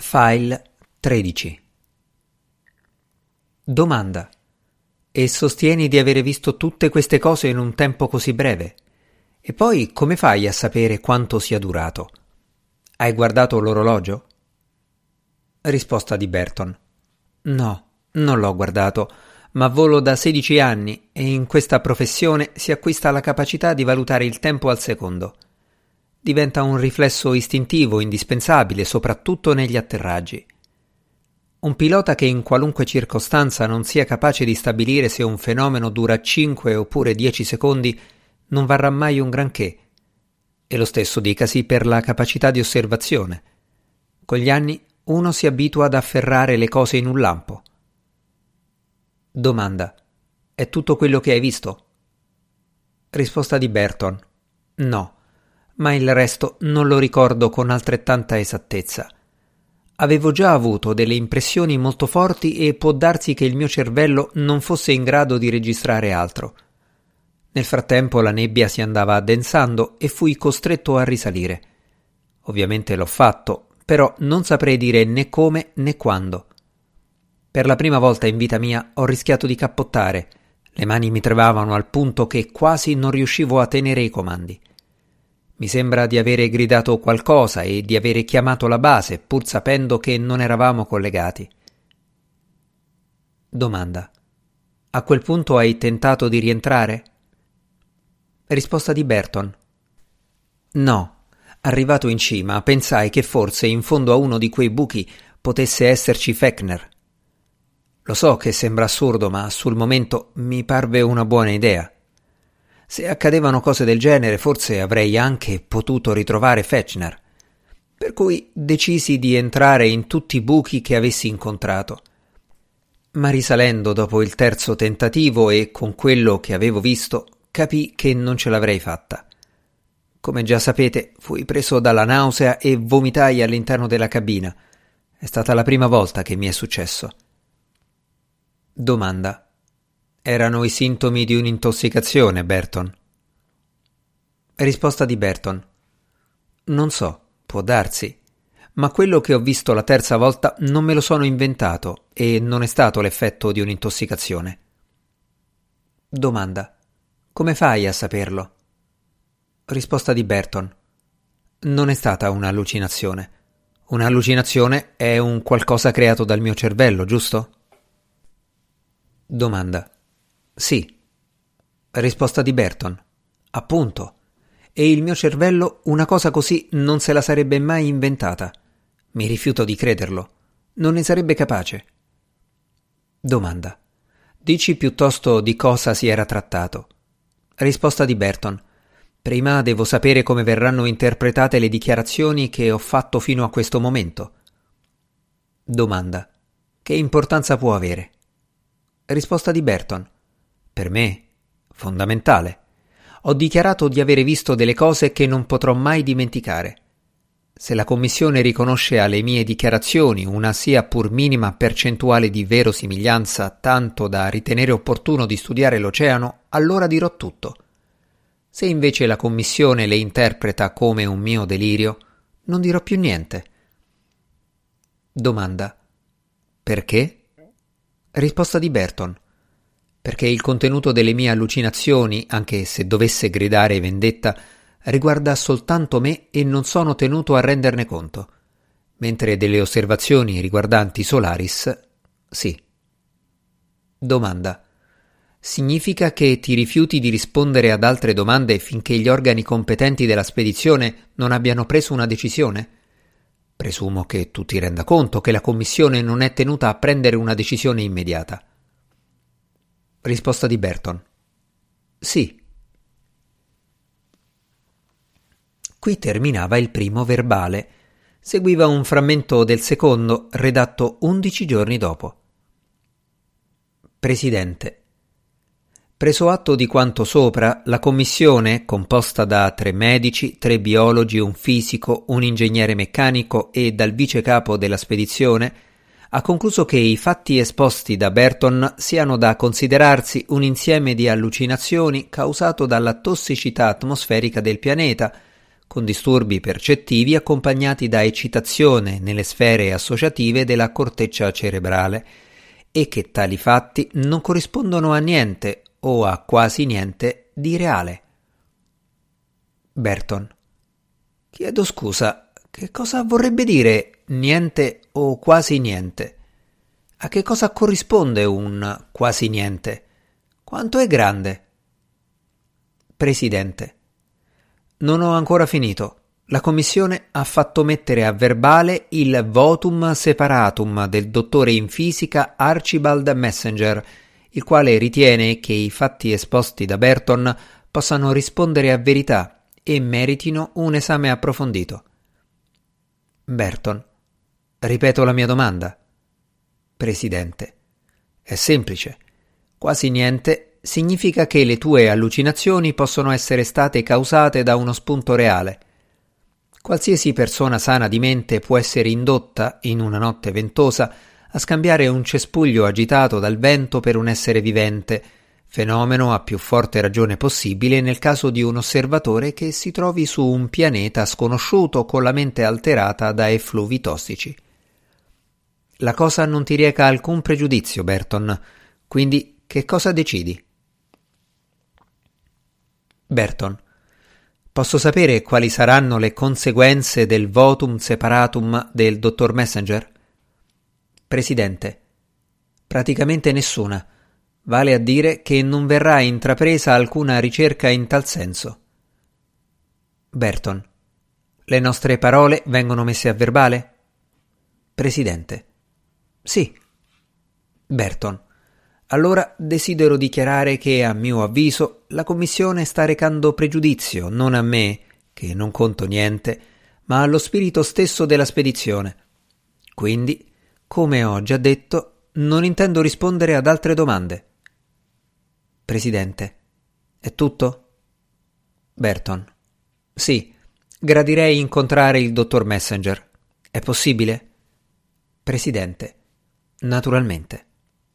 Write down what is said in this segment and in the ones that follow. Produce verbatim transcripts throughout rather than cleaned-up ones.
File tredici. Domanda: e sostieni di avere visto tutte queste cose in un tempo così breve? E poi come fai a sapere quanto sia durato? Hai guardato l'orologio? Risposta di Burton: no, non l'ho guardato, ma volo da sedici anni e in questa professione si acquista la capacità di valutare il tempo al secondo. Diventa un riflesso istintivo indispensabile soprattutto negli atterraggi. Un pilota che in qualunque circostanza non sia capace di stabilire se un fenomeno dura cinque oppure dieci secondi non varrà mai un granché. E lo stesso dicasi per la capacità di osservazione. Con gli anni uno si abitua ad afferrare le cose in un lampo. Domanda: è tutto quello che hai visto? Risposta di Burton: no, ma il resto non lo ricordo con altrettanta esattezza. Avevo già avuto delle impressioni molto forti e può darsi che il mio cervello non fosse in grado di registrare altro. Nel frattempo la nebbia si andava addensando e fui costretto a risalire. Ovviamente l'ho fatto, però non saprei dire né come né quando. Per la prima volta in vita mia ho rischiato di cappottare. Le mani mi tremavano al punto che quasi non riuscivo a tenere i comandi. Mi sembra di avere gridato qualcosa e di avere chiamato la base, pur sapendo che non eravamo collegati. Domanda: a quel punto hai tentato di rientrare? Risposta di Burton: no. Arrivato in cima, pensai che forse in fondo a uno di quei buchi potesse esserci Fechner. Lo so che sembra assurdo, ma sul momento mi parve una buona idea. Se accadevano cose del genere, forse avrei anche potuto ritrovare Fechner. Per cui decisi di entrare in tutti i buchi che avessi incontrato. Ma risalendo dopo il terzo tentativo e con quello che avevo visto, capii che non ce l'avrei fatta. Come già sapete, fui preso dalla nausea e vomitai all'interno della cabina. È stata la prima volta che mi è successo. Domanda: erano i sintomi di un'intossicazione, Burton? Risposta di Burton: non so, può darsi, ma quello che ho visto la terza volta non me lo sono inventato e non è stato l'effetto di un'intossicazione. Domanda: come fai a saperlo? Risposta di Burton: non è stata un'allucinazione. Un'allucinazione è un qualcosa creato dal mio cervello, giusto? Domanda: sì. Risposta di Burton: appunto. E il mio cervello una cosa così non se la sarebbe mai inventata. Mi rifiuto di crederlo. Non ne sarebbe capace. Domanda: dici piuttosto di cosa si era trattato. Risposta di Burton: prima devo sapere come verranno interpretate le dichiarazioni che ho fatto fino a questo momento. Domanda: che importanza può avere? Risposta di Burton: per me, fondamentale. Ho dichiarato di avere visto delle cose che non potrò mai dimenticare. Se la Commissione riconosce alle mie dichiarazioni una sia pur minima percentuale di verosimiglianza tanto da ritenere opportuno di studiare l'oceano, allora dirò tutto. Se invece la Commissione le interpreta come un mio delirio, non dirò più niente. Domanda: perché? Risposta di Burton: perché il contenuto delle mie allucinazioni, anche se dovesse gridare vendetta, riguarda soltanto me e non sono tenuto a renderne conto, mentre delle osservazioni riguardanti Solaris, sì. Domanda: significa che ti rifiuti di rispondere ad altre domande finché gli organi competenti della spedizione non abbiano preso una decisione? Presumo che tu ti renda conto che la Commissione non è tenuta a prendere una decisione immediata. Risposta di Burton: sì. Qui terminava il primo verbale. Seguiva un frammento del secondo, redatto undici giorni dopo. Presidente: preso atto di quanto sopra, la commissione, composta da tre medici, tre biologi, un fisico, un ingegnere meccanico e dal vice capo della spedizione, ha concluso che i fatti esposti da Burton siano da considerarsi un insieme di allucinazioni causato dalla tossicità atmosferica del pianeta, con disturbi percettivi accompagnati da eccitazione nelle sfere associative della corteccia cerebrale, e che tali fatti non corrispondono a niente o a quasi niente di reale. Burton: chiedo scusa, che cosa vorrebbe dire niente o quasi niente? A che cosa corrisponde un quasi niente? Quanto è grande? Presidente: non ho ancora finito. La Commissione ha fatto mettere a verbale il votum separatum del dottore in fisica Archibald Messenger, il quale ritiene che i fatti esposti da Burton possano rispondere a verità e meritino un esame approfondito. Burton: ripeto la mia domanda. Presidente: è semplice. Quasi niente significa che le tue allucinazioni possono essere state causate da uno spunto reale. Qualsiasi persona sana di mente può essere indotta, in una notte ventosa, a scambiare un cespuglio agitato dal vento per un essere vivente, fenomeno a più forte ragione possibile nel caso di un osservatore che si trovi su un pianeta sconosciuto con la mente alterata da effluvi tossici. La cosa non ti reca alcun pregiudizio, Burton, quindi che cosa decidi? Burton: posso sapere quali saranno le conseguenze del votum separatum del dottor Messenger? Presidente: praticamente nessuna. Vale a dire che non verrà intrapresa alcuna ricerca in tal senso. Burton: le nostre parole vengono messe a verbale? Presidente: sì. Burton: allora desidero dichiarare che, a mio avviso, la Commissione sta recando pregiudizio non a me, che non conto niente, ma allo spirito stesso della spedizione. Quindi, come ho già detto, non intendo rispondere ad altre domande. Presidente: è tutto? Burton: sì, gradirei incontrare il dottor Messenger. È possibile? Presidente: naturalmente.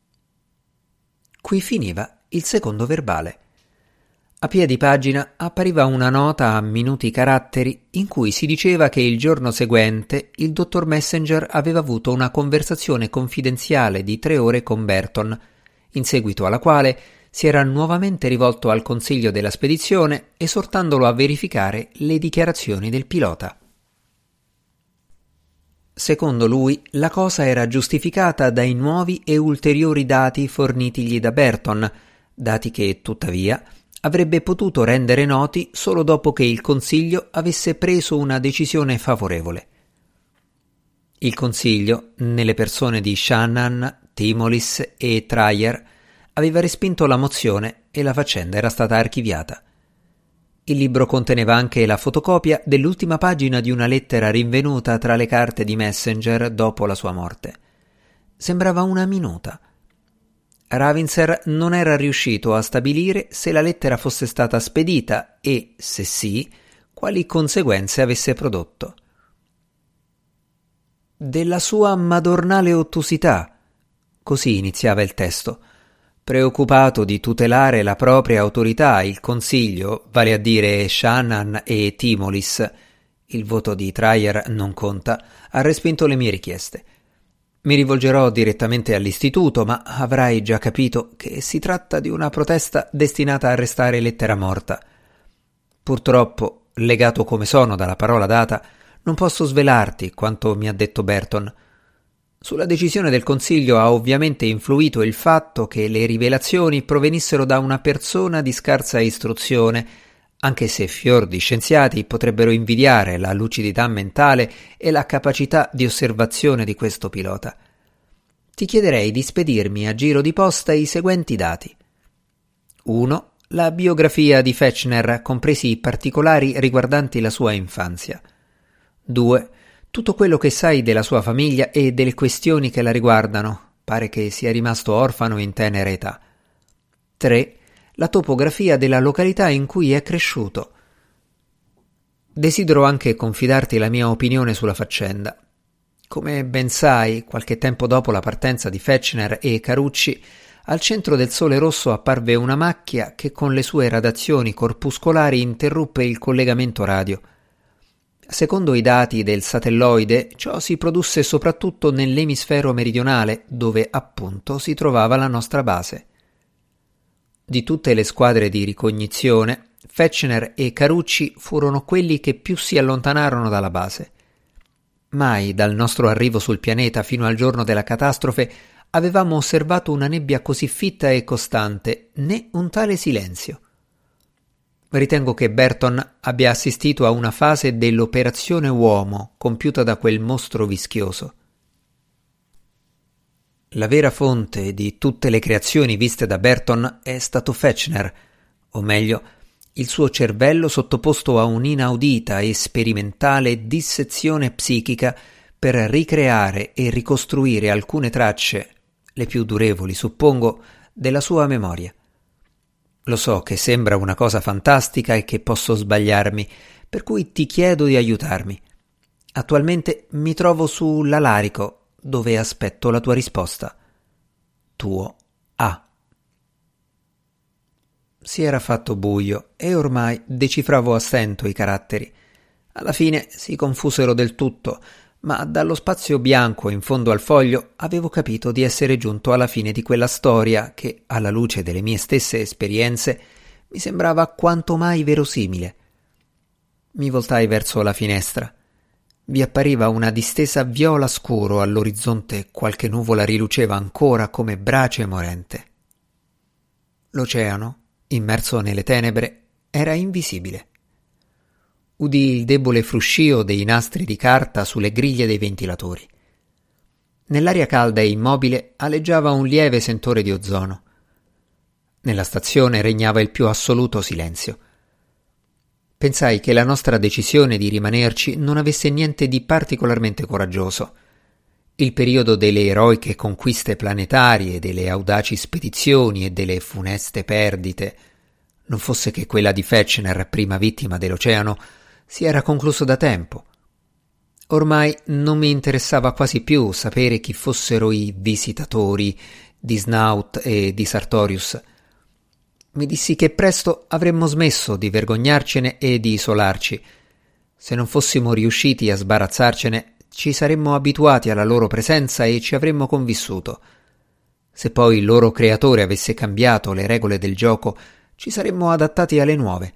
Qui finiva il secondo verbale. A piedi pagina appariva una nota a minuti caratteri in cui si diceva che il giorno seguente il dottor Messenger aveva avuto una conversazione confidenziale di tre ore con Burton, in seguito alla quale si era nuovamente rivolto al consiglio della spedizione esortandolo a verificare le dichiarazioni del pilota. Secondo lui, la cosa era giustificata dai nuovi e ulteriori dati fornitigli da Burton, dati che, tuttavia, avrebbe potuto rendere noti solo dopo che il Consiglio avesse preso una decisione favorevole. Il Consiglio, nelle persone di Shannon, Timolis e Trier, aveva respinto la mozione e la faccenda era stata archiviata. Il libro conteneva anche la fotocopia dell'ultima pagina di una lettera rinvenuta tra le carte di Messenger dopo la sua morte. Sembrava una minuta. Ravensser non era riuscito a stabilire se la lettera fosse stata spedita e, se sì, quali conseguenze avesse prodotto. Della sua madornale ottusità, così iniziava il testo. Preoccupato di tutelare la propria autorità, il Consiglio, vale a dire Shannon e Timolis, il voto di Trier non conta, ha respinto le mie richieste. Mi rivolgerò direttamente all'istituto, ma avrai già capito che si tratta di una protesta destinata a restare lettera morta. Purtroppo, legato come sono dalla parola data, non posso svelarti quanto mi ha detto Burton. Sulla decisione del Consiglio ha ovviamente influito il fatto che le rivelazioni provenissero da una persona di scarsa istruzione, anche se fior di scienziati potrebbero invidiare la lucidità mentale e la capacità di osservazione di questo pilota. Ti chiederei di spedirmi a giro di posta i seguenti dati. uno. La biografia di Fechner, compresi i particolari riguardanti la sua infanzia. due. Tutto quello che sai della sua famiglia e delle questioni che la riguardano. Pare che sia rimasto orfano in tenera età. tre. La topografia della località in cui è cresciuto. Desidero anche confidarti la mia opinione sulla faccenda. Come ben sai, qualche tempo dopo la partenza di Fechner e Carucci, al centro del sole rosso apparve una macchia che con le sue radiazioni corpuscolari interruppe il collegamento radio. Secondo i dati del satelloide, ciò si produsse soprattutto nell'emisfero meridionale, dove appunto si trovava la nostra base. Di tutte le squadre di ricognizione, Fechner e Carucci furono quelli che più si allontanarono dalla base. Mai dal nostro arrivo sul pianeta fino al giorno della catastrofe avevamo osservato una nebbia così fitta e costante, né un tale silenzio. Ritengo che Burton abbia assistito a una fase dell'operazione uomo compiuta da quel mostro vischioso. La vera fonte di tutte le creazioni viste da Burton è stato Fechner, o meglio, il suo cervello sottoposto a un'inaudita e sperimentale dissezione psichica per ricreare e ricostruire alcune tracce, le più durevoli suppongo, della sua memoria. Lo so che sembra una cosa fantastica e che posso sbagliarmi, per cui ti chiedo di aiutarmi. Attualmente mi trovo su l'Alarico, dove aspetto la tua risposta. Tuo A. Si era fatto buio e ormai decifravo a stento i caratteri. Alla fine si confusero del tutto, ma dallo spazio bianco in fondo al foglio avevo capito di essere giunto alla fine di quella storia che, alla luce delle mie stesse esperienze, mi sembrava quanto mai verosimile. Mi voltai verso la finestra. Vi appariva una distesa viola scuro all'orizzonte, qualche nuvola riluceva ancora come brace morente. L'oceano, immerso nelle tenebre, era invisibile. Udii il debole fruscio dei nastri di carta sulle griglie dei ventilatori. Nell'aria calda e immobile aleggiava un lieve sentore di ozono. Nella stazione regnava il più assoluto silenzio. Pensai che la nostra decisione di rimanerci non avesse niente di particolarmente coraggioso. Il periodo delle eroiche conquiste planetarie, delle audaci spedizioni e delle funeste perdite, non fosse che quella di Fechner, prima vittima dell'oceano, si era concluso da tempo. Ormai non mi interessava quasi più sapere chi fossero i visitatori di Snout e di Sartorius. Mi dissi che presto avremmo smesso di vergognarcene e di isolarci. Se non fossimo riusciti a sbarazzarcene, ci saremmo abituati alla loro presenza e ci avremmo convissuto. Se poi il loro creatore avesse cambiato le regole del gioco, ci saremmo adattati alle nuove.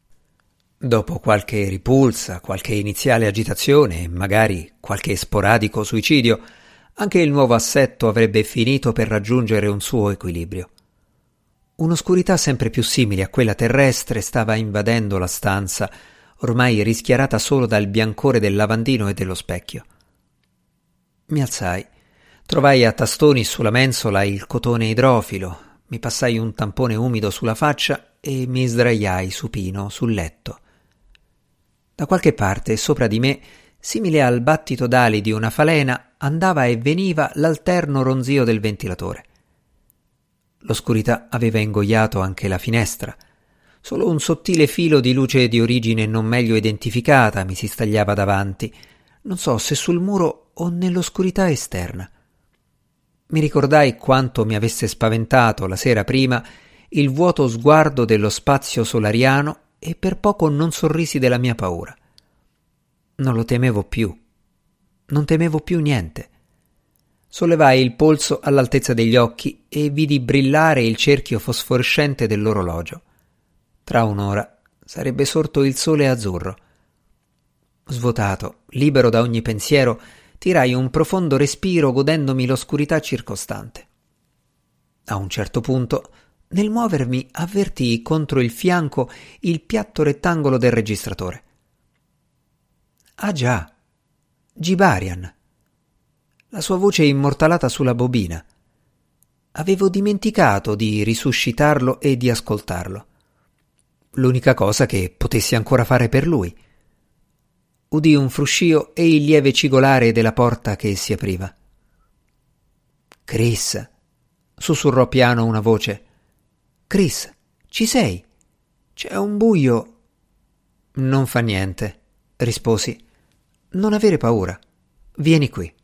Dopo qualche ripulsa, qualche iniziale agitazione e magari qualche sporadico suicidio, anche il nuovo assetto avrebbe finito per raggiungere un suo equilibrio. Un'oscurità sempre più simile a quella terrestre stava invadendo la stanza, ormai rischiarata solo dal biancore del lavandino e dello specchio. Mi alzai, trovai a tastoni sulla mensola il cotone idrofilo, mi passai un tampone umido sulla faccia e mi sdraiai supino sul letto. Da qualche parte, sopra di me, simile al battito d'ali di una falena, andava e veniva l'alterno ronzio del ventilatore. L'oscurità aveva ingoiato anche la finestra. Solo un sottile filo di luce di origine non meglio identificata mi si stagliava davanti, non so se sul muro o nell'oscurità esterna. Mi ricordai quanto mi avesse spaventato la sera prima il vuoto sguardo dello spazio solariano e per poco non sorrisi della mia paura. Non lo temevo più. Non temevo più niente. Sollevai il polso all'altezza degli occhi e vidi brillare il cerchio fosforescente dell'orologio. Tra un'ora sarebbe sorto il sole azzurro. Svuotato, libero da ogni pensiero, tirai un profondo respiro godendomi l'oscurità circostante. A un certo punto, nel muovermi, avvertii contro il fianco il piatto rettangolo del registratore. Ah già, Gibarian. La sua voce immortalata sulla bobina. Avevo dimenticato di risuscitarlo e di ascoltarlo. L'unica cosa che potessi ancora fare per lui. Udii un fruscio e il lieve cigolare della porta che si apriva. Chris, sussurrò piano una voce. Chris, ci sei? C'è un buio. Non fa niente, risposi. Non avere paura. Vieni qui.